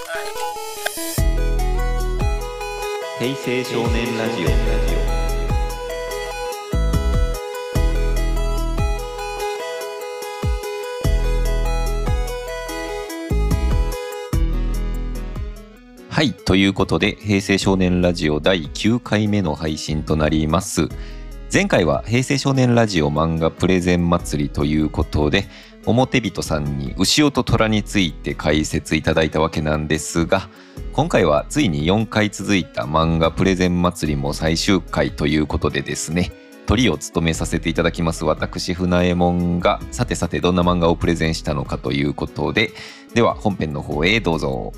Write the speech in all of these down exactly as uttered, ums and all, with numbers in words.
平成少年ラジオ。はい、ということで平成少年ラジオだいきゅうかいめの配信となります。前回は平成少年ラジオ漫画プレゼン祭りということで、表人さんに牛尾と虎について解説いただいたわけなんですが、今回はついによんかい続いた漫画プレゼン祭りも最終回ということでですね、トリを務めさせていただきます私船右衛門が、さてさてどんな漫画をプレゼンしたのかということで、では本編の方へどうぞ。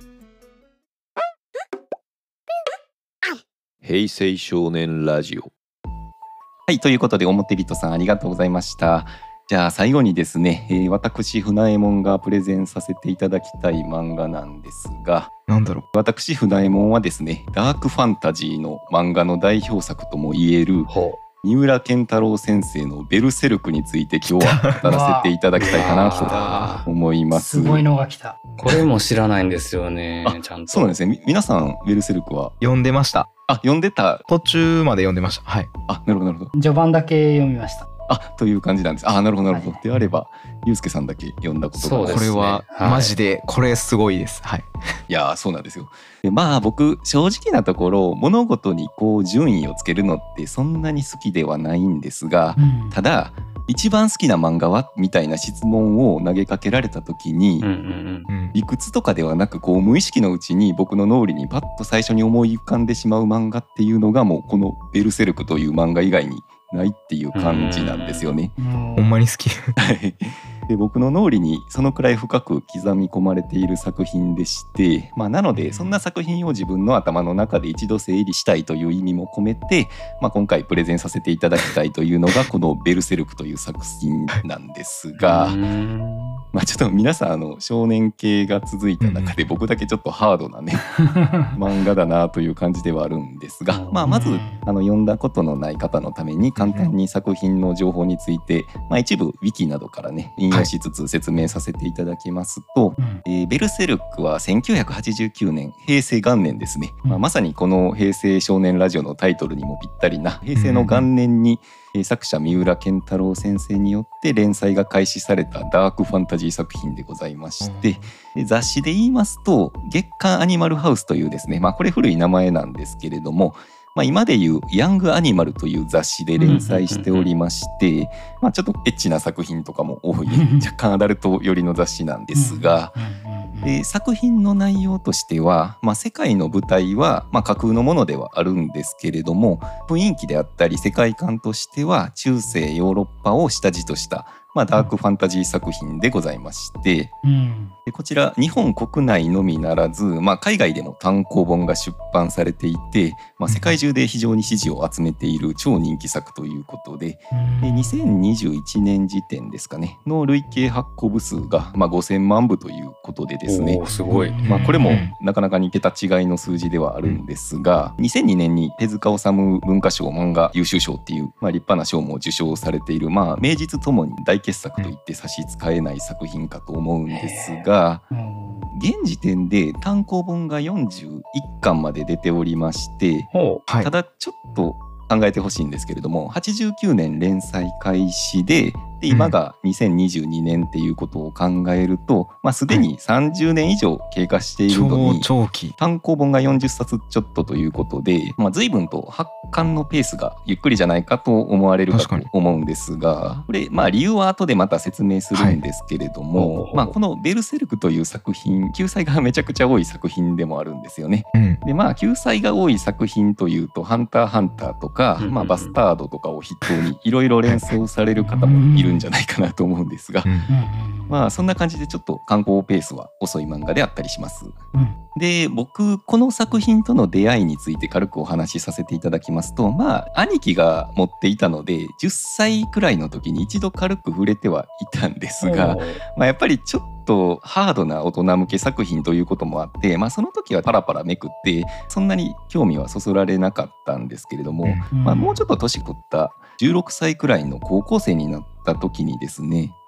平成少年ラジオ。はい、ということで表人さんありがとうございました。じゃあ最後にですね、えー、私船右衛門がプレゼンさせていただきたい漫画なんですが、 なんだろう、 私船右衛門はですね、ダークファンタジーの漫画の代表作とも言える三浦健太郎先生のベルセルクについて今日は語らせていただきたいかなと思います。 すごいのが来た。 これも知らないんですよね。ちゃんと。 そうなんですね。皆さんベルセルクは読んでました。 あ、読んでた。 途中まで読んでました。はい。 あ、なるほどなるほど。 序盤だけ読みました。 あ、という感じなんです。あ、なるほどなるほど。はい、であればゆうすけさんだけ読んだことがそうですね、 これはマジで、はい、これすごいです。はい。 いやー、そうなんですよ。でまあ僕正直なところ物事にこう順位をつけるのってそんなに好きではないんですが、うん、ただ一番好きな漫画はみたいな質問を投げかけられた時に、うんうんうん、理屈とかではなくこう無意識のうちに僕の脳裏にパッと最初に思い浮かんでしまう漫画っていうのがもうこのベルセルクという漫画以外にないっていう感じなんですよね。 ほんまに好き。 で僕の脳裏にそのくらい深く刻み込まれている作品でして、まあ、なのでそんな作品を自分の頭の中で一度整理したいという意味も込めて、まあ、今回プレゼンさせていただきたいというのがこのベルセルクという作品なんですが、まあ、ちょっと皆さんあの少年系が続いた中で僕だけちょっとハードなね漫画だなという感じではあるんですが、まあ、まずあの読んだことのない方のために簡単に作品の情報について、まあ、一部ウィキなどからね引用しつつ説明させていただきますと、はい、えー、ベルセルクはせんきゅうひゃくはちじゅうきゅうねん平成元年ですね、まあ、まさにこの平成少年ラジオのタイトルにもぴったりな平成の元年に作者三浦健太郎先生によって連載が開始されたダークファンタジー作品でございまして、雑誌で言いますと月刊アニマルハウスというですね、まあこれ古い名前なんですけれども、まあ、今でいうヤングアニマルという雑誌で連載しておりまして、まあ、ちょっとエッチな作品とかも多い若干アダルト寄りの雑誌なんですが、で作品の内容としては、まあ、世界の舞台は、まあ、架空のものではあるんですけれども、雰囲気であったり世界観としては中世ヨーロッパを下地としたまあ、ダークファンタジー作品でございまして、うん、でこちら日本国内のみならず、まあ、海外でも単行本が出版されていて、まあ、世界中で非常に支持を集めている超人気作ということで、うん、でにせんにじゅういちねん時点ですかねの累計発行部数が、まあ、ごせんまんぶということでですね、 おーすごい、 まあ、これもなかなかに桁違いの数字ではあるんですが、にせんにねんに手塚治虫文化賞漫画優秀賞っていう、まあ、立派な賞も受賞されている、まあ、名実ともに大傑作といって差し支えない作品かと思うんですが、現時点で単行本がよんじゅういっかんまで出ておりまして、はい、ただちょっと考えてほしいんですけれども、はちじゅうきゅうねん連載開始でで今がにせんにじゅうにねんっていうことを考えると、まあ、すでにさんじゅうねん以上経過しているのに、 長期単行本がよんじゅっさつちょっとということで、まあ、随分と発刊のペースがゆっくりじゃないかと思われるかと思うんですが、これまあ理由は後でまた説明するんですけれども、はい、まあ、このベルセルクという作品救済がめちゃくちゃ多い作品でもあるんですよね、うん、でまあ救済が多い作品というとハンターハンターとか、まあ、バスタードとかを筆頭にいろいろ連想される方もいるんじゃないかなと思うんですが、うん、まあそんな感じでちょっと観光ペースは遅い漫画であったりします、うん、で僕この作品との出会いについて軽くお話しさせていただきますと、まあ兄貴が持っていたのでじゅっさいくらいの時に一度軽く触れてはいたんですが、まあ、やっぱりちょっとハードな大人向け作品ということもあって、まあ、その時はパラパラめくってそんなに興味はそそられなかったんですけれども、まあ、もうちょっと年取ったじゅうろくさいくらいの高校生になった時にですね、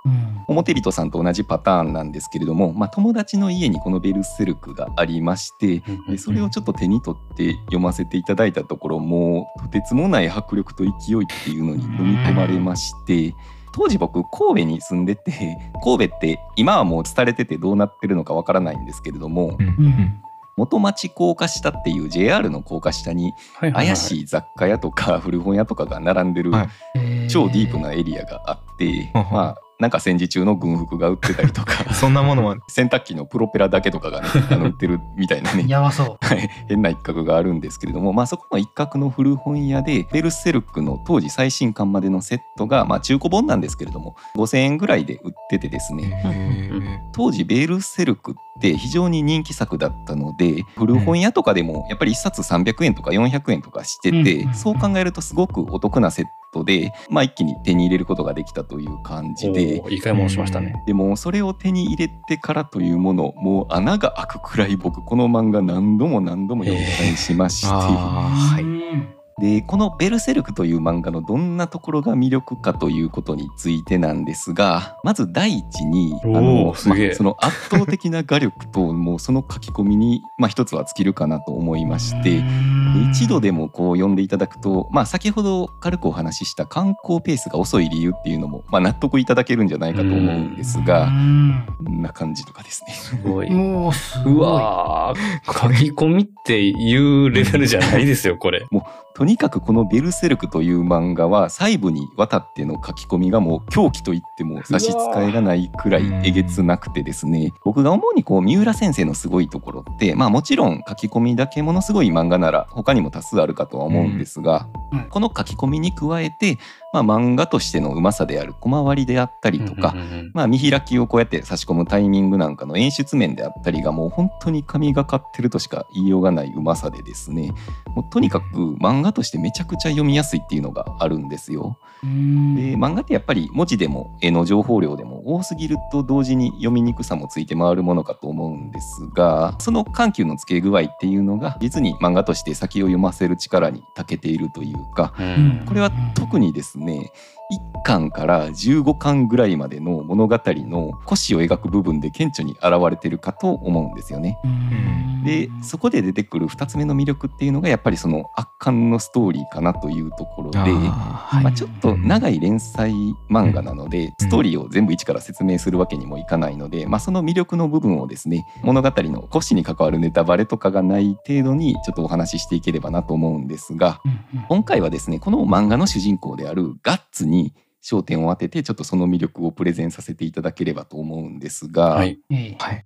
うん表人さんと同じパターンなんですけれども、まあ、友達の家にこのベルセルクがありまして、でそれをちょっと手に取って読ませていただいたところ、もうとてつもない迫力と勢いっていうのに飲み込まれまして、当時僕神戸に住んでて、神戸って今はもう廃れててどうなってるのかわからないんですけれども、 うんうん元町高架下っていう ジェイアール の高架下に怪しい雑貨屋とか古本屋とかが並んでるはい超ディープなエリアがあって、 はいまあなんか戦時中の軍服が売ってたりとかそんなものは洗濯機のプロペラだけとかがねあの売ってるみたいなねやばそう。 はい変な一角があるんですけれども、まあ、そこの一角の古本屋でベルセルクの当時最新刊までのセットが、まあ、中古本なんですけれどもごせんえんぐらいで売っててですね、 へー当時ベルセルクって非常に人気作だったので、古本屋とかでもやっぱりいっさつさんびゃくえんとかよんひゃくえんとかしてて、 うんそう考えるとすごくお得なセットで、まあ、一気に手に入れることができたという感じで、 おーいい買い物しましたね。 でもそれを手に入れてからというもの、もう穴が開くくらい僕この漫画何度も何度も読み返しまして、 あーはいうんでこのベルセルクという漫画のどんなところが魅力かということについてなんですが、まず第一にあおの、 ーすげえまあその圧倒的な画力ともうその書き込みに、まあ、一つは尽きるかなと思いまして、で一度でもこう読んでいただくと、まあ、先ほど軽くお話しした観光ペースが遅い理由っていうのも、まあ、納得いただけるんじゃないかと思うんですが、 うんこんな感じとかですね。 すごい。 もうすごい。 うわー、書き込みっていうレベルじゃないですよ、これ。 とにかくこのベルセルクという漫画は細部にわたっての書き込みがもう狂気と言っても差し支えがないくらいえげつなくてですね、僕が主にこう三浦先生のすごいところって、まあもちろん書き込みだけものすごい漫画なら他にも多数あるかとは思うんですが、 うんこの書き込みに加えて、まあ、漫画としてのうまさである小回りであったりとか、 うんうんうんまあ、見開きをこうやって差し込むタイミングなんかの演出面であったりがもう本当に神がかってるとしか言いようがないうまさでですね、もうとにかく漫画としてめちゃくちゃ読みやすいっていうのがあるんですよ。 うんで漫画ってやっぱり文字でも絵の情報量でも多すぎると同時に読みにくさもついて回るものかと思うんですが、その緩急のつけ具合っていうのが実に漫画として先を読ませる力に長けているというか、 うんこれは特にですねいっかんからじゅうごかんぐらいまでの物語の腰を描く部分で顕著に現れてるかと思うんですよね。 うんでそこで出てくるふたつめの魅力っていうのがやっぱりその圧巻のストーリーかなというところで、 あーはいまあ、ちょっと長い連載漫画なので、ストーリーを全部一から説明するわけにもいかないので、まあ、その魅力の部分をですね物語の腰に関わるネタバレとかがない程度にちょっとお話ししていければなと思うんですが、 うん今回はですねこの漫画の主人公であるガッツに焦点を当ててちょっとその魅力をプレゼンさせていただければと思うんですが、 はい。 うんええはい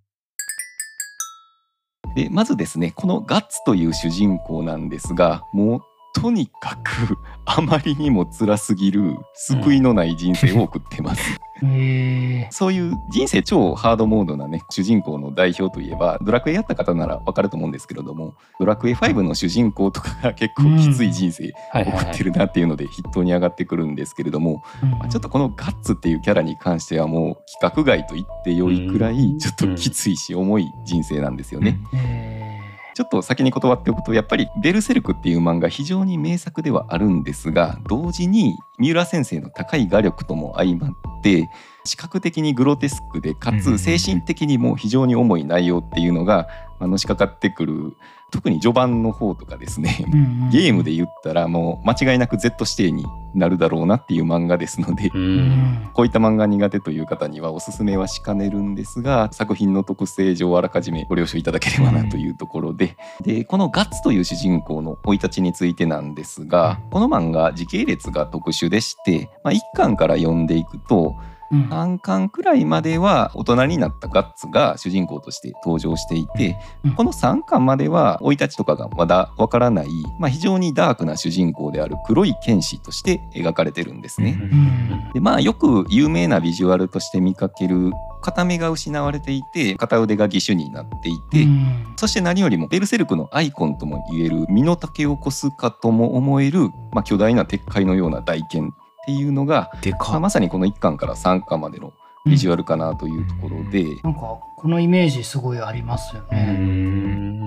でまずですねこのガッツという主人公なんですが、もうとにかくあまりにも辛すぎる救いのない人生を送ってます、 ええそういう人生超ハードモードなね主人公の代表といえばドラクエやった方ならわかると思うんですけれども、ドラクエファイブの主人公とかが結構きつい人生はいはいはい送ってるなっていうので筆頭に上がってくるんですけれども、まあちょっとこのガッツっていうキャラに関してはもう規格外と言って良いくらうんいちょっときついし重い人生なんですよね。 えちょっと先に断っておくとやっぱりベルセルクっていう漫画非常に名作ではあるんですが、同時に三浦先生の高い画力とも相まって視覚的にグロテスクでかつ精神的にも非常に重い内容っていうのがあのしかかってくる。特に序盤の方とかですね、 うんゲームで言ったらもう間違いなく Z 指定になるだろうなっていう漫画ですので、 ううんんこういった漫画苦手という方にはおすすめはしかねるんですが、作品の特性上あらかじめご了承いただければなというところで、でこのガッツという主人公の生い立ちについてなんですが、この漫画時系列が特殊でして、まあ、いっかんから読んでいくとうんさんかんくらいまでは大人になったガッツが主人公として登場していて、 うんこのさんかんまでは生い立ちとかがまだわからない、まあ、非常にダークな主人公である黒い剣士として描かれてるんですね。 うんでまあよく有名なビジュアルとして見かける片目が失われていて片腕が義手になっていて、 うんそして何よりもベルセルクのアイコンともいえる身の丈を越すかとも思える、まあ、巨大な鉄塊のような大剣っていうのが、まあ、 でかっまさにこのいっかんからさんかんまでのビジュアルかなというところで、 なんかこのイメージすごいありますようね。 ん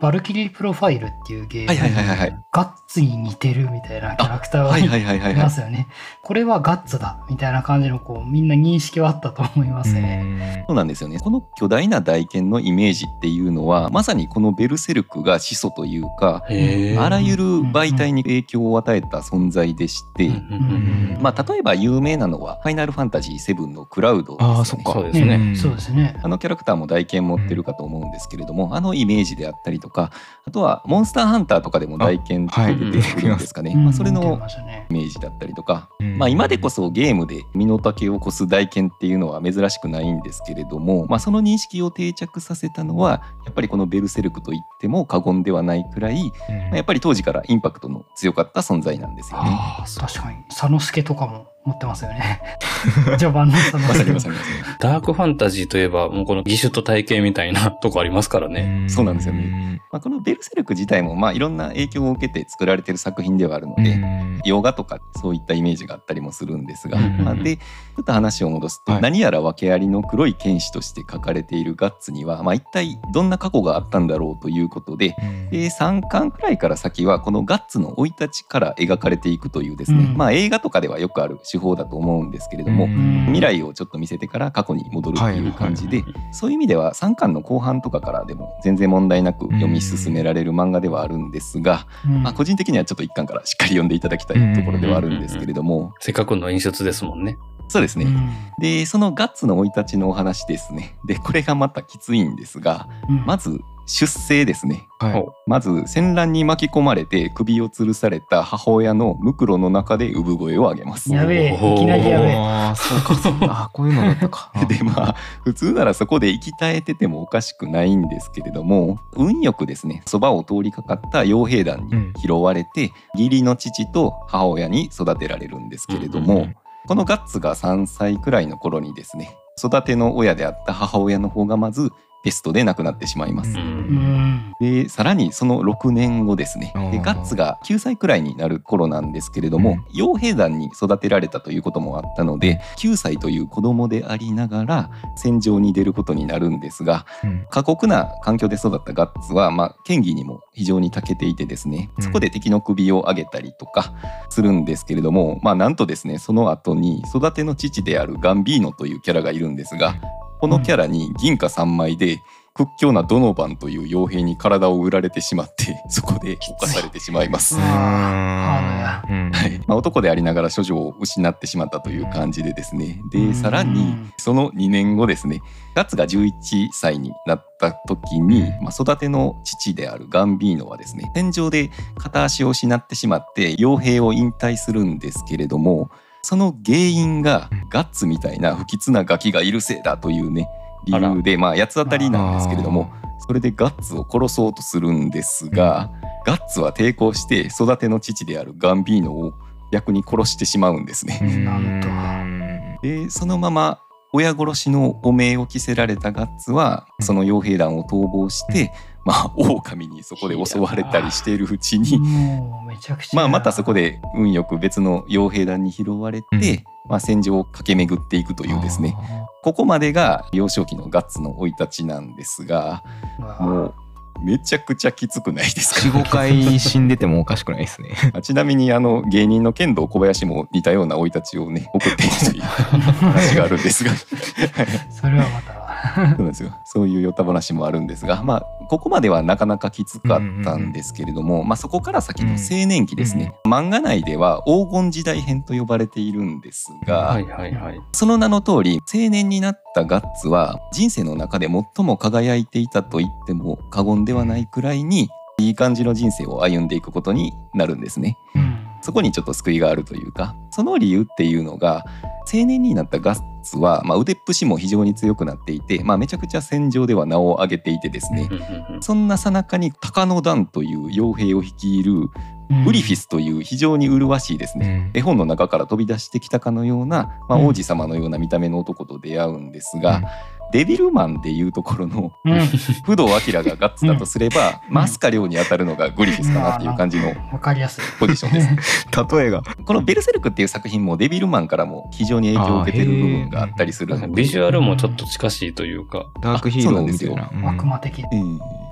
バルキリープロファイルっていうゲーム、 はいはいはいはいはいガッツに似てるみたいなキャラクターがはいはいはいはいいはいますよね。これはガッツだみたいな感じのこうみんな認識はあったと思いますね。 そうなんですよね。この巨大な大剣のイメージっていうのはまさにこのベルセルクが始祖というか、 へーあらゆる媒体に影響を与えた存在でして、 うんうんまあ、例えば有名なのはファイナルファンタジーセブンのクラウドですね。 ああそっか。 そうですねねそうですね。 あのキャラクターも大剣持ってるかと思うんですけれども、あのイメージであったりとか、あとはモンスターハンターとかでも大剣って出てくるんですかね。 うんまあ、それ似てのましたねイメージだったりとか、 うんまあ、今でこそゲームで身の丈を越す大剣っていうのは珍しくないんですけれども、まあ、その認識を定着させたのはやっぱりこのベルセルクといっても過言ではないくらい、まあやっぱり当時からインパクトの強かった存在なんですよね。 ああそう。 確かに佐之助とかも持ってますよね。序盤の佐之まさにま助さにまさにダークファンタジーといえば、もうこの義手と体系みたいなとこありますからね。 そうなんですよね。まあ、このベルセルク自体もまあいろんな影響を受けて作られている作品ではあるので、洋画とかそういったイメージがあったりもするんですが、 うんうんうんまあでちょっと話を戻すと、 はい何やら訳ありの黒い剣士として書かれているガッツには、まあ、一体どんな過去があったんだろうということで、でさんかんくらいから先はこのガッツの生い立ちから描かれていくというですね、 うんまあ、映画とかではよくある手法だと思うんですけれども、 うん未来をちょっと見せてから過去に戻るっていう感じで、 はいはいそういう意味ではさんかんの後半とかからでも全然問題なく読み進められる漫画ではあるんですが、 うんまあ、個人的にはちょっといっかんからしっかり読んでいただきたいところではあるんですけれども、 せっかくの演出ですもんね。 そうですね、 うんでそのガッツの生い立ちのお話ですね。でこれがまたきついんですが、 うんまず出生ですね。 はい。 まず戦乱に巻き込まれて首を吊るされた母親のムクロの中で産声を上げます。 やべえ、いおーきなりやべえ。 ああそうかそうか。あこういうのだったか。 でまあ普通ならそこで息絶えててもおかしくないんですけれども、運よくですねそばを通りかかった傭兵団に拾われて、義理の父と母親に育てられるんですけれども、 うんうんうんこのガッツがさんさいくらいの頃にですね、育ての親であった母親の方がまずペストで亡くなってしまいます。 ううんんでさらにそのろくねんごですね、 あーでガッツがきゅうさいくらいになる頃なんですけれども、傭兵団に育てられたということもあったのできゅうさいという子供でありながら戦場に出ることになるんですが、 うん過酷な環境で育ったガッツは、まあ、剣技にも非常に長けていてですね、 うんそこで敵の首を上げたりとかするんですけれども、まあ、なんとですねその後に育ての父であるガンビーノというキャラがいるんですが、このキャラに銀貨さんまいで屈強なドノバンという傭兵に体を売られてしまってそこで侵されてしまいます。 うわハードやうんはいまあ、男でありながら処女を失ってしまったという感じでですね、でさらにそのにねんごですね、ガッツがじゅういっさいになった時に、まあ、育ての父であるガンビーノはですね戦場で片足を失ってしまって傭兵を引退するんですけれども、その原因がガッツみたいな不吉なガキがいるせいだというね理由で、まあ八つ当たりなんですけれども、それでガッツを殺そうとするんですが、ガッツは抵抗して育ての父であるガンビーノを逆に殺してしまうんですね。 なんとでそのまま親殺しの汚名を着せられたガッツはその傭兵団を逃亡して、まあ狼にそこで襲われたりしているうちに、 もうめちゃくちゃまあまたそこで運よく別の傭兵団に拾われて、 うんまあ、戦場を駆け巡っていくというですね、ここまでが幼少期のガッツの生い立ちなんですが、 うわもうめちゃくちゃきつくないですか？ よん、ごかい死んでてもおかしくないですね。 あちなみにあの芸人の剣道小林も似たような生い立ちをね送っているという話があるんですがそれはまたそうなんですよ。そういうヨタ話もあるんですが、まあここまではなかなかきつかったんですけれども、まあそこから先の青年期ですね、漫画内では黄金時代編と呼ばれているんですが、 はいはいはい。 その名の通り青年になったガッツは人生の中で最も輝いていたと言っても過言ではないくらいにいい感じの人生を歩んでいくことになるんですね。 うんそこにちょっと救いがあるというか、その理由っていうのが青年になったガッツは、まあ、腕っぷしも非常に強くなっていて、まあ、めちゃくちゃ戦場では名を上げていてですね、 うんうんうんそんな最中に鷹の段という傭兵を率いるうんグリフィスという非常に麗しいですね、絵本の中から飛び出してきたかのような、まあ、 うん王子様のような見た目の男と出会うんですが、デビルマンでいうところのうん不動明がガッツだとすれば、 うんマスカリョウに当たるのがグリフィスかなっていう感じのわかりやすいポジションです。 例えがこのベルセルクっていう作品もデビルマンからも非常に影響を受けてる部分があったりするので、 ビジュアルもちょっと近しいというか。 ダークヒーローみたいな。 悪魔的ええ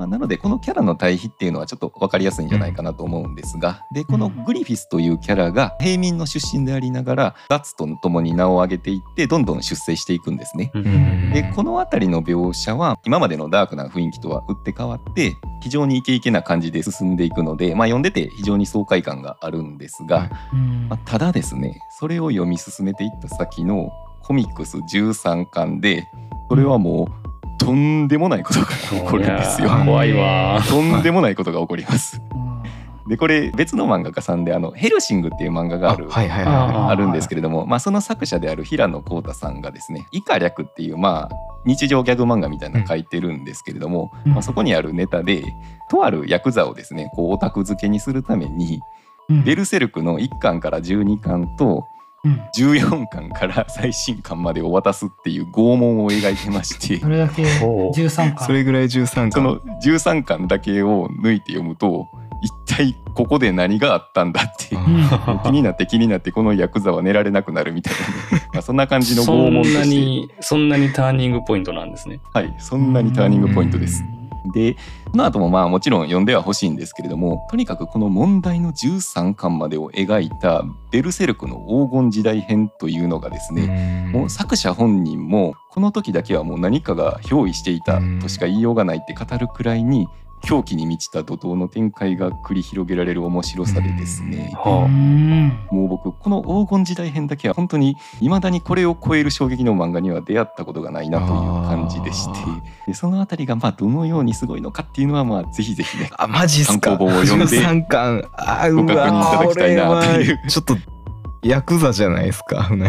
まあ、なのでこのキャラの対比っていうのはちょっと分かりやすいんじゃないかなと思うんですが、でこのグリフィスというキャラが平民の出身でありながらガッツと共に名を上げていってどんどん出世していくんですね。 うんでこの辺りの描写は今までのダークな雰囲気とは打って変わって非常にイケイケな感じで進んでいくので、まあ、読んでて非常に爽快感があるんですが、 はいうんまあ、ただですねそれを読み進めていった先のコミックスじゅうさんかんでそれはもうとんでもないことが起こるんですよ。 いやー怖いわー。 とんでもないことが起こります。 うんでこれ別の漫画家さんであのヘルシングっていう漫画があるあはいはいあはあるんですけれども、まあ、その作者である平野浩太さんがですね以下略っていうまあ日常ギャグ漫画みたいなの書いてるんですけれども、 うんまあ、そこにあるネタでとあるヤクザをですねこうオタク付けにするためにうんベルセルクのいっかんからじゅうにかんとうんじゅうよんかんから最新巻までを渡すっていう拷問を描いてましてそれだけほうじゅうさんい。 かんそれぐらいじゅうさんかん。 そのじゅうさんかんだけを抜いて読むと一体ここで何があったんだってうん気になって気になってこのヤクザは寝られなくなるみたいな、ねまあ、そんな感じのそ拷問とんなしてにそんなにターニングポイントなんですね。 はい、そんなにターニングポイントです。でこの後もまあもちろん読んではほしいんですけれどもとにかくこの問題のじゅうさんかんまでを描いたベルセルクの黄金時代編というのがですね、もう作者本人もこの時だけはもう何かが憑依していたとしか言いようがないって語るくらいに狂気に満ちた怒涛の展開が繰り広げられる面白さでですね、 うはんもう僕この黄金時代編だけは本当に未だにこれを超える衝撃の漫画には出会ったことがないなという感じでしてあでそのあたりがまあどのようにすごいのかっていうのはまあぜひぜひねあマジっすか。 単行本を読んでじゅうさんかん。あうわご確認いただきたいなっていうこれはちょっとヤクザじゃないですか。船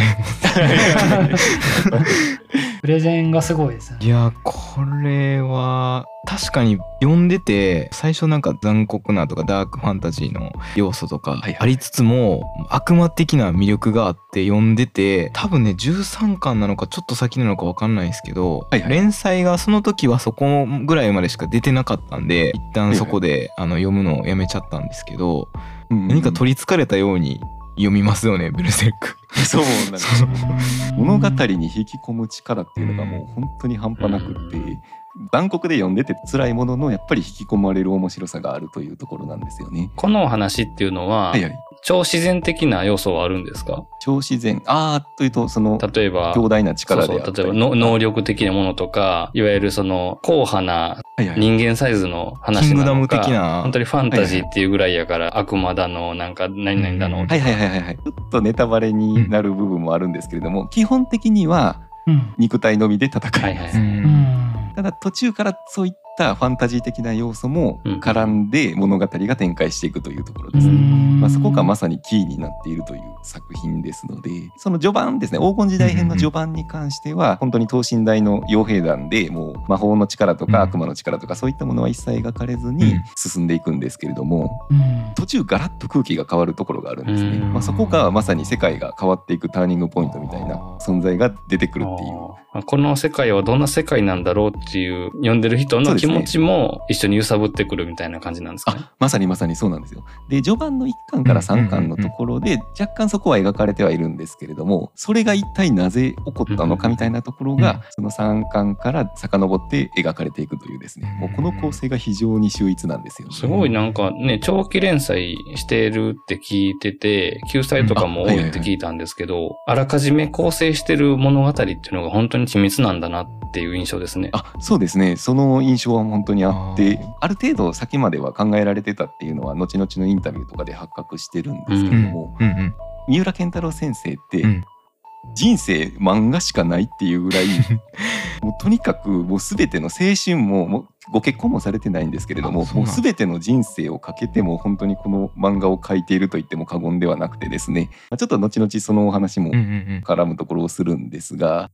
プレゼンがすごいですねいやこれは確かに読んでて最初なんか残酷なとかダークファンタジーの要素とかはいはいありつつも悪魔的な魅力があって読んでて多分ねじゅうさんかんなのかちょっと先なのか分かんないですけど、 はいはい連載がその時はそこぐらいまでしか出てなかったんで一旦そこであの読むのをやめちゃったんですけど、何か取りつかれたように読みますよねベルセルク。 そうなんですよ物語に引き込む力っていうのがもう本当に半端なくって残酷で読んでて辛いもののやっぱり引き込まれる面白さがあるというところなんですよね。 このお話っていうのは、 はいはい。 超自然的な要素はあるんですか？ 超自然あーというとその例えば強大な力であったりそうそう例えばの能力的なものとかいわゆるその硬派なはいはい人間サイズの話キングダムなのか、 的な本当にファンタジーっていうぐらいやから、悪魔だのなんか何々だの、 うんはいはいはいはいはい。ちょっとネタバレになる部分もあるんですけれども、基本的にはうん肉体のみで戦います。 はいはいうんただ途中からそういったファンタジー的な要素も絡んで物語が展開していくというところですね。まあ、そこがまさにキーになっているという作品ですので、その序盤ですね、黄金時代編の序盤に関しては本当に等身大の傭兵団でもう魔法の力とか悪魔の力とかそういったものは一切描かれずに進んでいくんですけれども、 うん途中ガラッと空気が変わるところがあるんですね。 うんまあ、そこがまさに世界が変わっていくターニングポイントみたいな存在が出てくるっていう。 あーこの世界はどんな世界なんだろうっていう読んでる人の気持ちも一緒に揺さぶってくるみたいな感じなんですかね。 あまさにまさにそうなんですよ。で序盤のいっかんからさんかんのところで若干そこは描かれてはいるんですけれども、それが一体なぜ起こったのかみたいなところが、 うんそのさんかんから遡って描かれていくというですね、もうこの構成が非常に秀逸なんですよね。 すごいなんかね、長期連載してるって聞いてて、救済とかも多いって聞いたんですけど、あらかじめ構成してる物語っていうのが本当に緻密なんだなっていう印象ですね。 あそうですね、その印象は本当にあってあーある程度先までは考えられてたっていうのは後々のインタビューとかで発覚してるんですけれども、 うんうん三浦健太郎先生って、 うん人生漫画しかないっていうぐらいもうとにかくもう全ての青春ももうご結婚もされてないんですけれども、もうあそうなんだ全ての人生をかけても本当にこの漫画を描いていると言っても過言ではなくてですね、まあちょっと後々そのお話もうんうん絡むところをするんですが、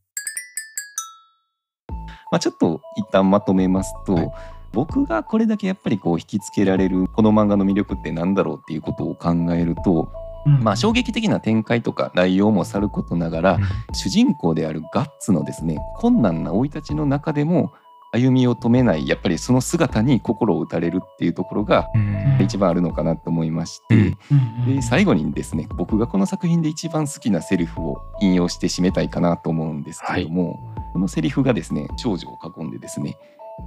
まあ、ちょっと一旦まとめますと、 はい僕がこれだけやっぱりこう引きつけられるこの漫画の魅力って何だろうっていうことを考えると、 うんまあ、衝撃的な展開とか内容もさることながら、 うん主人公であるガッツのですね困難な生い立ちの中でも歩みを止めないやっぱりその姿に心を打たれるっていうところがうん一番あるのかなと思いまして、 うんうんうんで最後にですね僕がこの作品で一番好きなセリフを引用して締めたいかなと思うんですけれども、このセリフがですね少女を囲んでですね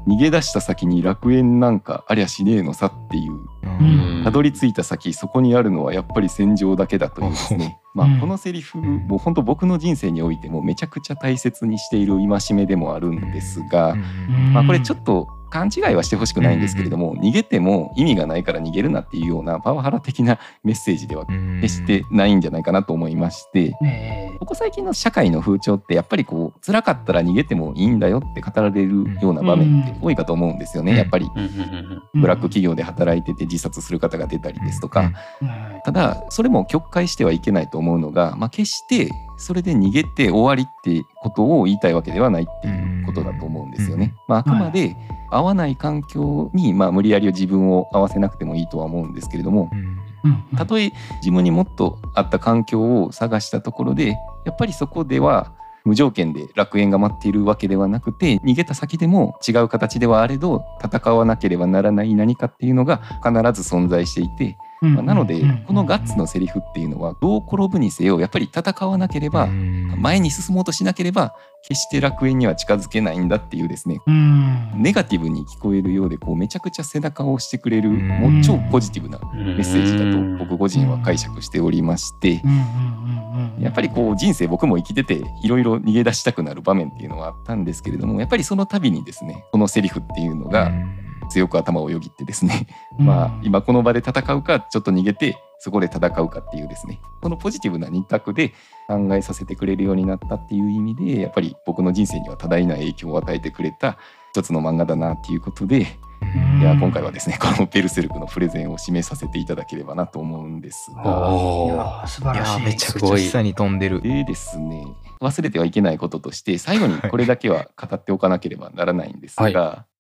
逃げ出した先に楽園なんかありゃしねえのさっていう、 うんたどり着いた先そこにあるのはやっぱり戦場だけだというですね、まあ、このセリフもう本当僕の人生においてもめちゃくちゃ大切にしている戒めでもあるんですが、まあ、これちょっと勘違いはしてほしくないんですけれども、逃げても意味がないから逃げるなっていうようなパワハラ的なメッセージでは決してないんじゃないかなと思いまして、 ねここ最近の社会の風潮ってやっぱりこう辛かったら逃げてもいいんだよって語られるような場面って多いかと思うんですよね。やっぱりブラック企業で働いてて自殺する方が出たりですとか、ただそれも曲解してはいけないと思うのが、まあ、決してそれで逃げて終わりってことを言いたいわけではないっていうことだと思うんですよね。まあ、あくまで合わない環境にまあ無理やり自分を合わせなくてもいいとは思うんですけれども、たとえ自分にもっと合った環境を探したところでやっぱりそこでは無条件で楽園が待っているわけではなくて、逃げた先でも違う形ではあれど戦わなければならない何かっていうのが必ず存在していて、まあ、なのでこのガッツのセリフっていうのはどう転ぶにせよやっぱり戦わなければ前に進もうとしなければ決して楽園には近づけないんだっていうですね、ネガティブに聞こえるようでこうめちゃくちゃ背中を押してくれるもう超ポジティブなメッセージだと僕個人は解釈しておりまして、やっぱりこう人生僕も生きてていろいろ逃げ出したくなる場面っていうのはあったんですけれども、やっぱりその度にですねこのセリフっていうのが強く頭をよぎってですね、まあ今この場で戦うかちょっと逃げてそこで戦うかっていうですね、このポジティブな二択で考えさせてくれるようになったっていう意味でやっぱり僕の人生には多大な影響を与えてくれた一つの漫画だなっていうことで、いや今回はですねこのベルセルクのプレゼンを示させていただければなと思うんですが、 いや素晴らしい。 いやめちゃくちゃ下に飛んでる。 でですね、忘れてはいけないこととして最後にこれだけは語っておかなければならないんですが、はい、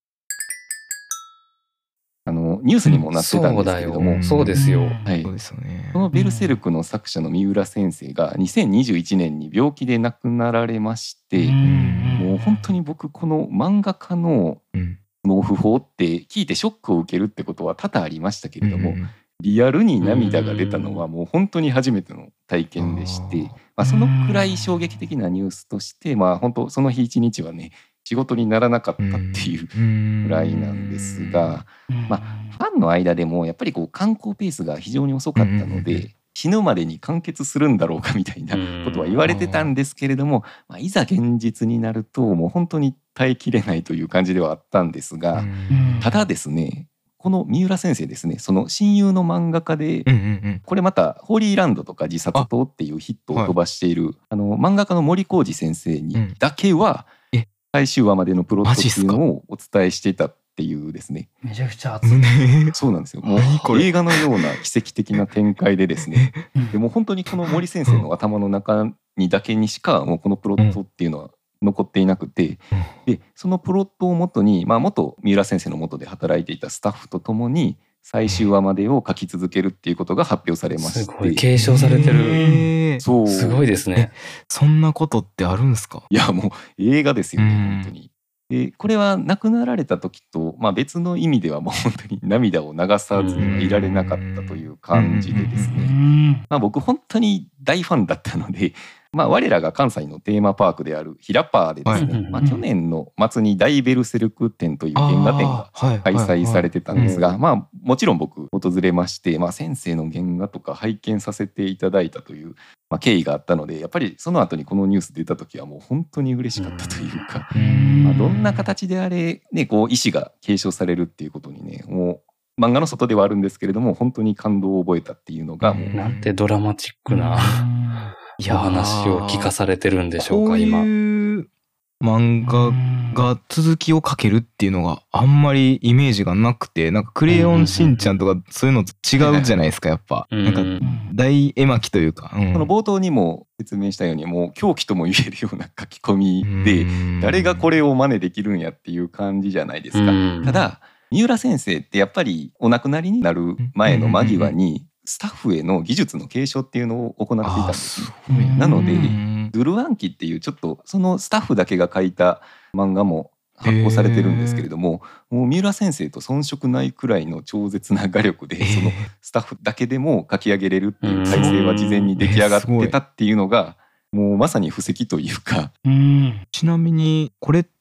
あのニュースにもなってたんですけれども、 そうだよ、そうですよ、 はい、 そうですよね。 このベルセルクの作者の三浦先生がにせんにじゅういちねんに病気で亡くなられまして、もう本当に僕この漫画家のの訃報って聞いてショックを受けるってことは多々ありましたけれども、リアルに涙が出たのはもう本当に初めての体験でして、まあ、そのくらい衝撃的なニュースとして、まあ、本当その日一日はね仕事にならなかったっていうぐらいなんですが、まあ、ファンの間でもやっぱりこう観光ペースが非常に遅かったので死ぬまでに完結するんだろうかみたいなことは言われてたんですけれども、まあ、いざ現実になるともう本当に耐えきれないという感じではあったんですが、ただですねこの三浦先生ですね、その親友の漫画家で、うんうんうん、これまたホーリーランドとか自殺島っていうヒットを飛ばしている あ,、はい、あの漫画家の森浩二先生にだけは、うん、最終話までのプロットっていうのをお伝えしていたっていうですね。 めちゃくちゃ熱い。 そうなんですよ。もう映画のような奇跡的な展開でですねでも本当にこの森先生の頭の中にだけにしかもうこのプロットっていうのは残っていなくて、でそのプロットをもとに、まあ、元三浦先生の下で働いていたスタッフとともに最終話までを書き続けるっていうことが発表されまして、 すごい継承されてる。そうすごいですね。 そんなことってあるんですか？ いやもう映画ですよね本当に。でこれは亡くなられた時と、まあ、別の意味ではもう本当に涙を流さずにはいられなかったという感じでですね、まあ、僕本当に大ファンだったので、まあ、我らが関西のテーマパークであるヒラパーでですね、はい、まあ、去年の末に大ベルセルク展という原画展が開催されてたんですが、まあ、もちろん僕訪れまして、まあ、先生の原画とか拝見させていただいたという、まあ、経緯があったので、やっぱりその後にこのニュース出た時はもう本当に嬉しかったというか、まあ、どんな形であれ、ね、こう意思が継承されるっていうことにね、もう漫画の外ではあるんですけれども本当に感動を覚えたっていうのがもうなんてドラマチックなお話を聞かされてるんでしょうか。今こういう漫画が続きを書けるっていうのがあんまりイメージがなくて、なんかクレヨンしんちゃんとかそういうのと違うじゃないですかやっぱ。なんか大絵巻というか、うん、 この冒頭にも説明したようにもう狂気とも言えるような書き込みで誰がこれを真似できるんやっていう感じじゃないですか。ただ三浦先生ってやっぱりお亡くなりになる前の間際にスタッフへの技術の継承っていうのを行っていたんです。なのでドゥルアンキっていうちょっとそのスタッフだけが書いた漫画も発行されてるんですけれども、もう三浦先生と遜色ないくらいの超絶な画力でそのスタッフだけでも書き上げれるっていう体制は事前に出来上がってたっていうのがもうまさに布石というか。 ちなみにこれって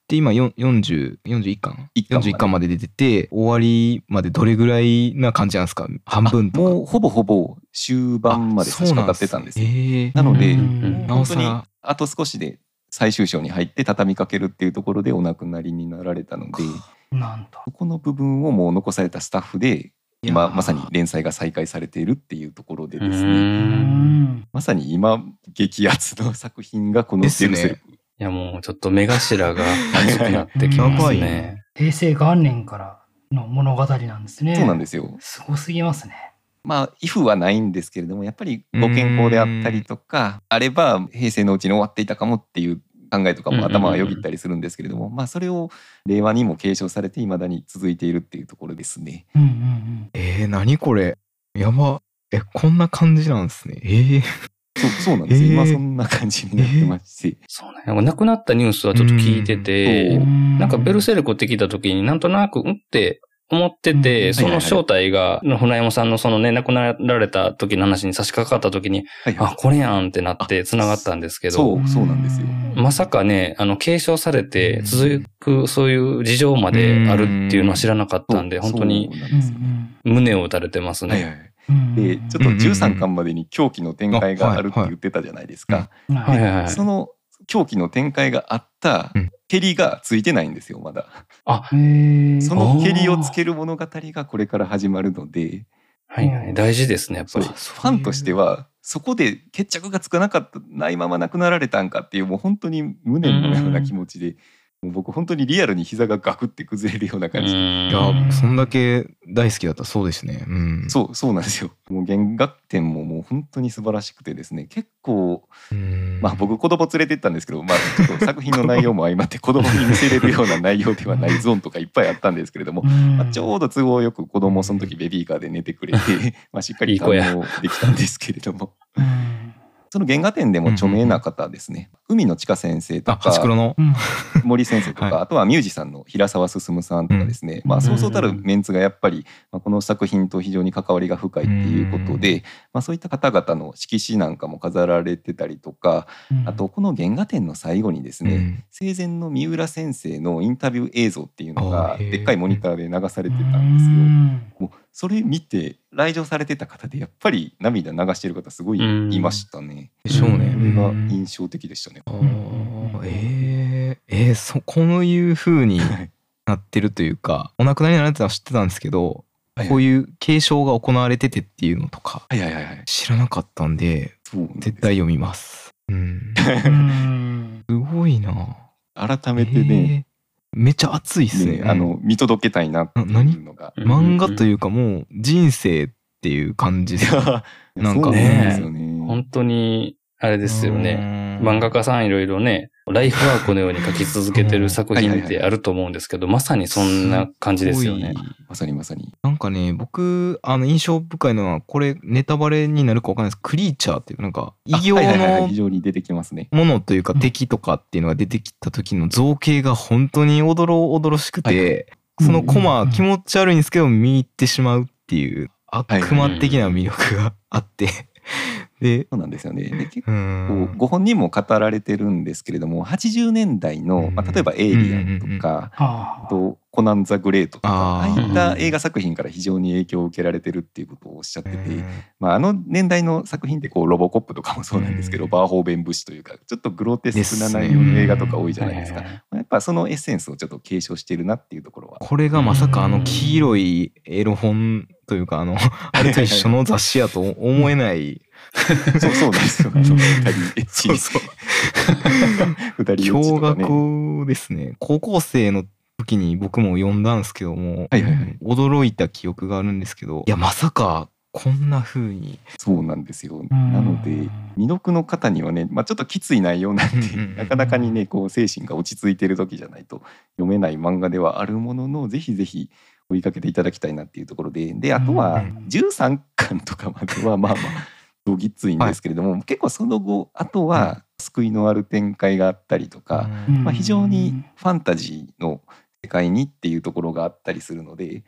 で今よんよんじゅう、よんじゅういっかん一巻までよんじゅういっかんまで出てて、終わりまでどれぐらいな感じなんですか？半分とか。 もうほぼほぼ終盤まで差し掛かってたんですよ。 あそうなんですね。 なので、 うんなお本当にさらあと少しで最終章に入って畳みかけるっていうところでお亡くなりになられたので、 なんと。 そこの部分をもう残されたスタッフでいやー今まさに連載が再開されているっていうところでですうね、 うんまさに今激アツの作品がこのですねベルセルク。 いやもうちょっと目頭が熱くなってきますね。 平成元年からの物語なんですね。 そうなんですよ。 すごすぎますね。 まあ、イフはないんですけれども、やっぱりご健康であったりとか、あれば平成のうちに終わっていたかもっていう考えとかも頭はよぎったりするんですけれども、まあそれを令和にも継承されて未だに続いているっていうところですね。 うんうんうん。 えー、何これやば。え、こんな感じなんですね。えー、 そうそうなんですよ、 えー今そんな感じになってまして、 そうね。亡くなったニュースはちょっと聞いてて、 うんなんかベルセルクって聞いた時になんとなく、うんって思ってて、 うんその正体が、船山さんのそのね、亡くなられた時の話に差し掛かった時に、 はいはいあ、これやんってなって繋がったんですけど、 そうそうなんですよ。 まさかね、あの、継承されて続く、そういう事情まであるっていうのは知らなかったんで、 そう本当にそうなんですよ胸を打たれてますね。 はいはい。 うんでちょっとじゅうさんかんまでに狂気の展開があるって言ってたじゃないですか。 うんはいはいはい。 その狂気の展開があったうん蹴りがついてないんですよまだ。 へーその蹴りをつける物語がこれから始まるので、 はいはい。大事ですね、やっぱそうり。 ファンとしてはそこで決着がつかなかったないまま亡くなられたんかっていうもう本当に無念のような気持ちで、もう僕本当にリアルに膝がガクって崩れるような感じで、 いや、そんだけ大好きだったらそうですね。うん。 そうそうなんですよ。もう弦楽天ももう本当に素晴らしくてですね、結構うん。 まあ僕子供連れてったんですけど、まあちょっと作品の内容も相まって子供に見せれるような内容ではないゾーンとかいっぱいあったんですけれども、まあ、ちょうど都合よく子供その時ベビーカーで寝てくれて、まあしっかり堪能できたんですけれども、 うんその原画展でも著名な方ですね、海野千佳先生とあ、ハチクロかの。 うん森先生とか、 はいあとはミュージシャンの平沢進さんとかですね、まあそうそうたるメンツがやっぱり、まあ、この作品と非常に関わりが深いっていうことで、まあ、そういった方々の色紙なんかも飾られてたりとか、あとこの原画展の最後にですね、 うん生前の三浦先生のインタビュー映像っていうのあがーへーでっかいモニターで流されてたんですよ。 うんもうそれ見て来場されてた方でやっぱり涙流してる方すごいいましたね。 でしょうね。 これが印象的でしたね。 あーえー、えー、そこういう風になってるというか、お亡くなりになられたのは知ってたんですけど、こういう継承が行われててっていうのとかはいはいはいはい。 知らなかったんで、 そうなんです絶対読みます。うん。 うんすごいな。 改めてね、 えーめっちゃ熱いっすね。 ねあの見届けたいなっていうのが。 うん漫画というかもう人生っていう感じです。 ななんかんかね、ですよね。 本当に、あれですよね。 ね漫画家さんいろいろね、ライフワークのように描き続けてる作品ってあると思うんですけど、まさにそんな感じですよね。 まさにまさに。 なんかね、僕、あの、印象深いのは、これ、ネタバレになるかわかんないです。クリーチャーっていう、なんか、異形あはいはいはいはいの非常に出てきますね。 ものというか、 うん敵とかっていうのが出てきた時の造形が本当におどろおどろしくて、 はいはそのコマ、 うん気持ち悪いんですけど、見入ってしまうっていう、悪魔的な魅力があって、で、 そうなんですよね。で結う構ん。 ご本人も語られてるんですけれども、はちじゅうねんだいの、まあ、例えば「エイリアン」とか、 ああと「コナン・ザ・グレート」とかああーあいった映画作品から非常に影響を受けられてるっていうことをおっしゃってて、まあ、あの年代の作品ってこうロボコップとかもそうなんですけど、 うんバーホーベン節というかちょっとグロテスクな内容の映画とか多いじゃないですか。 ねやっぱそのエッセンスをちょっと継承してるなっていうところは。 これがまさかあの黄色いエロ本というか、あの、あれと一緒の雑誌やと思えない。 そうそうなんですよ。あの二人エッチそうそう。 二人エッチとかね。 驚愕ですね。高校生の時に僕も読んだんですけども、 はいはいはい驚いた記憶があるんですけど、いや、まさかこんな風に。 そうなんですよ。 うんなので未読の方にはね、まあ、ちょっときつい内容なんでうんうんうんなかなかにねこう精神が落ち着いてる時じゃないと読めない漫画ではあるものの、ぜひぜひ追いかけていただきたいなっていうところで、であとはうんじゅうさんかんとかまではまあまあどぎついんですけれども、結構その後あとは救いのある展開があったりとか、 うんまあ、非常にファンタジーの世界にっていうところがあったりするので、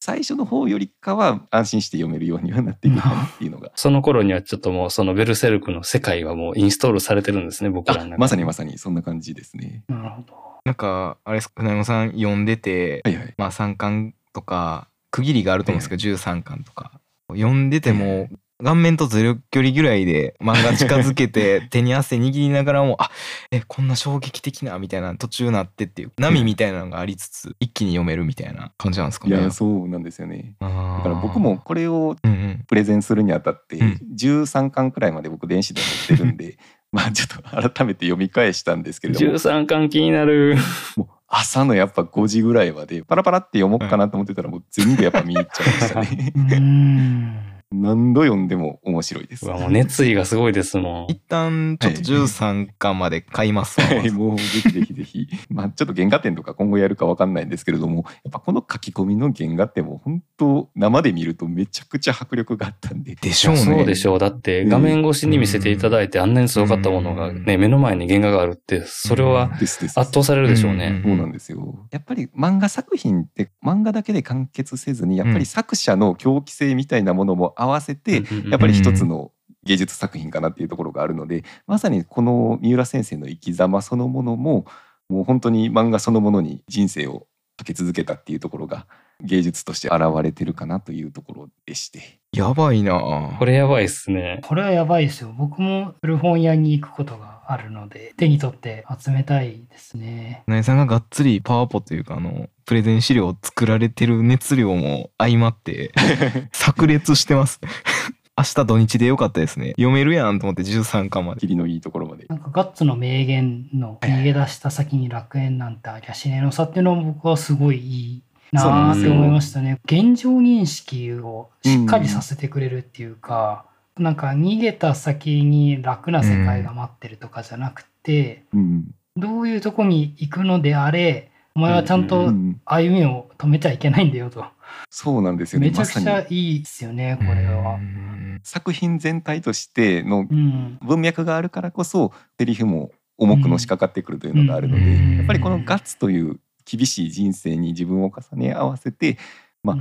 最初の方よりかは安心して読めるようにはなっていくかなっていうのが。 その頃にはちょっともうそのベルセルクの世界はもうインストールされてるんですね、僕らの中に。 まさにまさにそんな感じですね。 なるほど。 なんかあれですか、船山さん読んでて、 はいはい、 まあさんかんとか区切りがあると思うんですけど、はいはい、じゅうさんかんとか読んでても、はいはい、顔面とゼロ距離ぐらいで漫画近づけて手に汗握りながらもあえこんな衝撃的なみたいな途中なってっていう波みたいなのがありつつ一気に読めるみたいな感じなんですかね。 いやそうなんですよね。だから僕もこれをプレゼンするにあたってじゅうさんかんくらいまで僕電子で持ってるんで、うん、まあちょっと改めて読み返したんですけれども、 じゅうさんかん気になる。 もう朝のやっぱごじぐらいまでパラパラって読もうかなと思ってたらもう全部やっぱ見入っちゃいましたね。うん何度読んでも面白いです。 うわもう熱意がすごいですもん。 一旦ちょっとじゅうさんかんまで買いますわ。 はい、もうぜひぜひぜひ。まあちょっと原画展とか今後やるかわかんないんですけれども、やっぱこの書き込みの原画展も本当生で見るとめちゃくちゃ迫力があったんで。 でしょうね。 そうでしょう。だって画面越しに見せていただいてあんなにすごかったものがね目の前に原画があるってそれは圧倒されるでしょうね。 そうなんですよ。やっぱり漫画作品って漫画だけで完結せずにやっぱり作者の狂気性みたいなものも合わせて、うんやっぱり一つの芸術作品かなっていうところがあるので、まさにこの三浦先生の生き様そのものももう本当に漫画そのものに人生をかけ続けたっていうところが芸術として現れてるかなというところでして。 やばいな。 これやばいっすね。 これはやばいですよ。僕も古本屋に行くことがあるので手に取って集めたいですね。 船井さんががっつりパワポというかあのプレゼン資料を作られてる熱量も相まって炸裂してます。明日土日でよかったですね。読めるやんと思ってじゅうさんかんまで。 切りのいいところまで。 なんかガッツの名言の逃げ出した先に楽園なんてありゃしねえのさっていうのも僕はすごいいいなーって思いましたね。現状認識をしっかりさせてくれるっていうか、うん、なんか逃げた先に楽な世界が待ってるとかじゃなくて、うん、どういうとこに行くのであれ、お前はちゃんと歩みを止めちゃいけないんだよと。 そうなんですよね。 めちゃくちゃいいですよね、これは。 作品全体としての文脈があるからこそ、セリフも重くのしかかってくるというのがあるので、やっぱりこのガッツという厳しい人生に自分を重ね合わせて、まあ、うん、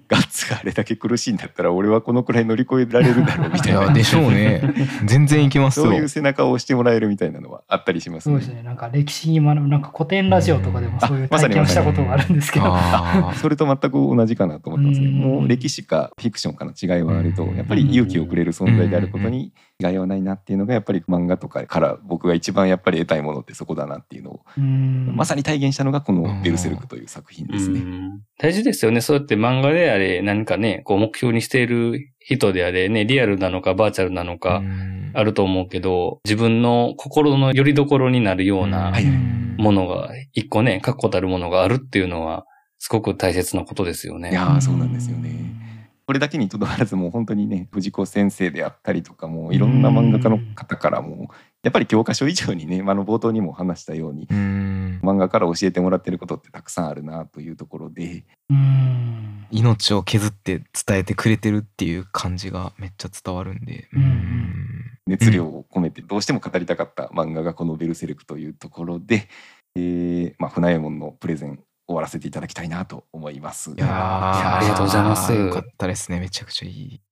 ガッツがあれだけ苦しいんだったら俺はこのくらい乗り越えられるだろうみたいな。いやでしょうね。全然いけますよ。 そういう背中を押してもらえるみたいなのはあったりしますね。 そうですね。なんか歴史に学ぶなんか古典ラジオとかでもそういう体験をしたことがあるんですけど、 ま、それと全く同じかなと思ってますね。もう歴史かフィクションかの違いはあるとやっぱり勇気をくれる存在であることに違いはないなっていうのがやっぱり漫画とかから僕が一番やっぱり得たいものってそこだなっていうのをまさに体現したのがこのベルセルクという作品ですね。 大事ですよね。そうやって漫画であれ何かねこう目標にしている人であれねリアルなのかバーチャルなのかあると思うけど自分の心の拠り所になるようなものが一個ね確固たるものがあるっていうのはすごく大切なことですよね。 いやそうなんですよね。これだけにとどまらずもう本当にね藤子先生であったりとかもいろんな漫画家の方からもやっぱり教科書以上にね、あの冒頭にも話したように漫画から教えてもらってることってたくさんあるなというところでうーん命を削って伝えてくれてるっていう感じがめっちゃ伝わるんでうーん熱量を込めてどうしても語りたかった漫画がこのベルセルクというところで、えーまあ、船右衛門のプレゼン終わらせていただきたいなと思います。いやー、いやありがとうございます。よかったですね。めちゃくちゃいい。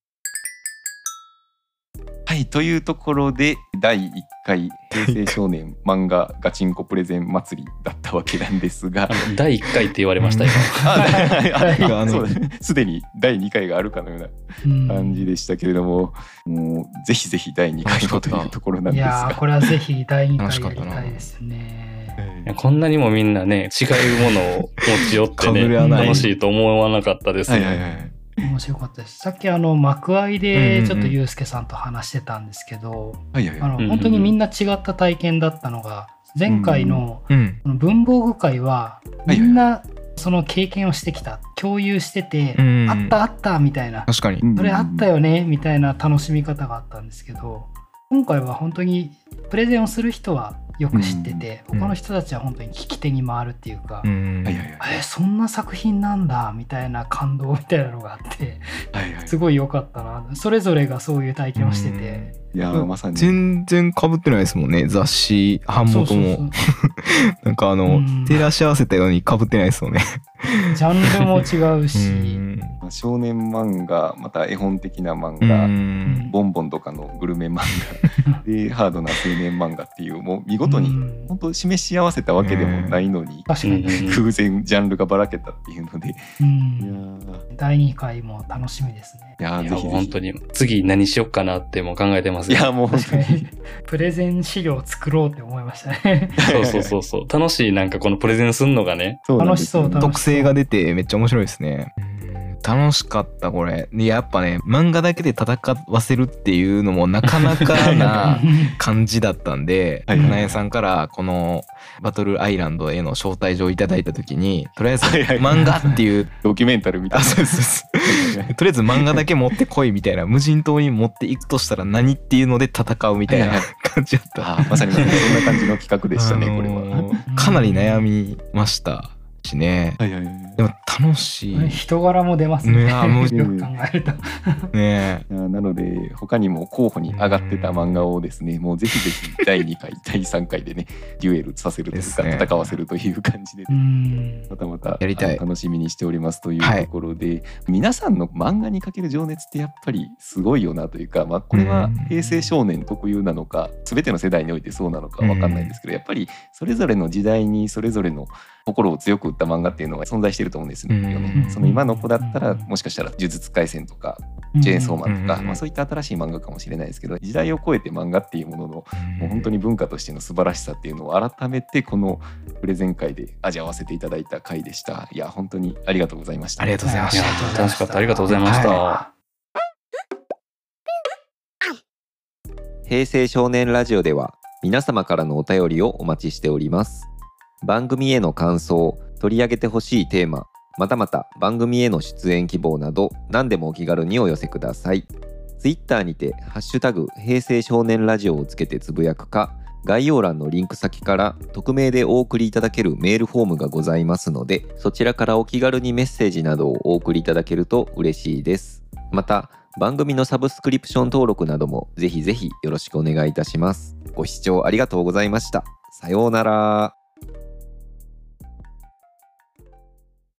はい、というところでだいいっかい平成少年漫画ガチンコプレゼン祭りだったわけなんですがだいいっかいって言われました今すでにだいにかいがあるかのような感じでしたけれども、もうぜひぜひだいにかいもというところなんですが、 いやこれはぜひだいにかいやりたいですね。 こんなにもみんなね違うものを持ち寄ってね楽しいと思わなかったですね。はいはいはい、 面白かったです。さっきあの幕間でちょっとユうスケさんと話してたんですけど、あの本当にみんな違った体験だったのが前回の文房具会はみんなその経験をしてきた共有してて、あったあったみたいな、 確かにそれあったよねみたいな楽しみ方があったんですけど、今回は本当にプレゼンをする人はよく知ってて、うん、他の人たちは本当に聞き手に回るっていうか、うん、えそんな作品なんだみたいな感動みたいなのがあって、はいはい、すごい良かったな。それぞれがそういう体験をしてて、 うん、いやまさに全然被ってないですもんね。雑誌版元もなんかあの、うん、照らし合わせたように被ってないですもんね。 ジャンルも違うし、 あ、少年漫画、また絵本的な漫画、ボンボンとかのグルメ漫画でハードな青年漫画っていう、もう見事に本当示し合わせたわけでもないのに、 確かに偶然ジャンルがばらけたっていうので、 うん、いやだいにかいも楽しみですね。 いや、ぜひぜひ本当に次何しよっかなっても考えてます。 いやもう本当にプレゼン資料を作ろうって思いましたね。 そうそうそうそう、楽しい、なんかこのプレゼンすんのがね、 楽しそう、 特性が出てめっちゃ面白いですね。楽しかったこれ。やっぱね、漫画だけで戦わせるっていうのもなかなかな感じだったんで、かなえさんからこのバトルアイランドへの招待状をいただいた時に、とりあえず漫画っていうドキュメンタルみたいな、 そうそうそうとりあえず漫画だけ持ってこいみたいな、無人島に持っていくとしたら何っていうので戦うみたいな感じだった。 あ、まさにそんな感じの企画でしたね、これは。 かなり悩みましたしね。 はいはいはい、 でも楽しい。 人柄も出ますね。ね、もうよく考えると。 ね、 なので他にも候補に上がってた漫画をですね、もうぜひぜひだいにかいだいさんかいでね、デュエルさせるというか、戦わせるという感じで、ね、またまたやりたい、楽しみにしておりますというところで、はい、皆さんの漫画にかける情熱ってやっぱりすごいよなというか、まあ、これは平成少年特有なのか全ての世代においてそうなのか分かんないんですけど、やっぱりそれぞれの時代にそれぞれの心を強く打った漫画っていうのが存在していると思うんですよね。その今の子だったらもしかしたら呪術廻戦とかチェーンソーマンとか、まあ、そういった新しい漫画かもしれないですけど、時代を超えて漫画っていうもののもう本当に文化としての素晴らしさっていうのを改めてこのプレゼン会で味わわせていただいた回でした。いや本当にありがとうございました。 ありがとうございました。 楽しかった。ありがとうございました。はい、 平成少年ラジオでは皆様からのお便りをお待ちしております。番組への感想、取り上げてほしいテーマ、またまた番組への出演希望など何でもお気軽にお寄せください。ツイッターにてハッシュタグ平成少年ラジオをつけてつぶやくか、概要欄のリンク先から匿名でお送りいただけるメールフォームがございますので、そちらからお気軽にメッセージなどをお送りいただけると嬉しいです。また番組のサブスクリプション登録などもぜひぜひよろしくお願いいたします。ご視聴ありがとうございました。さようなら。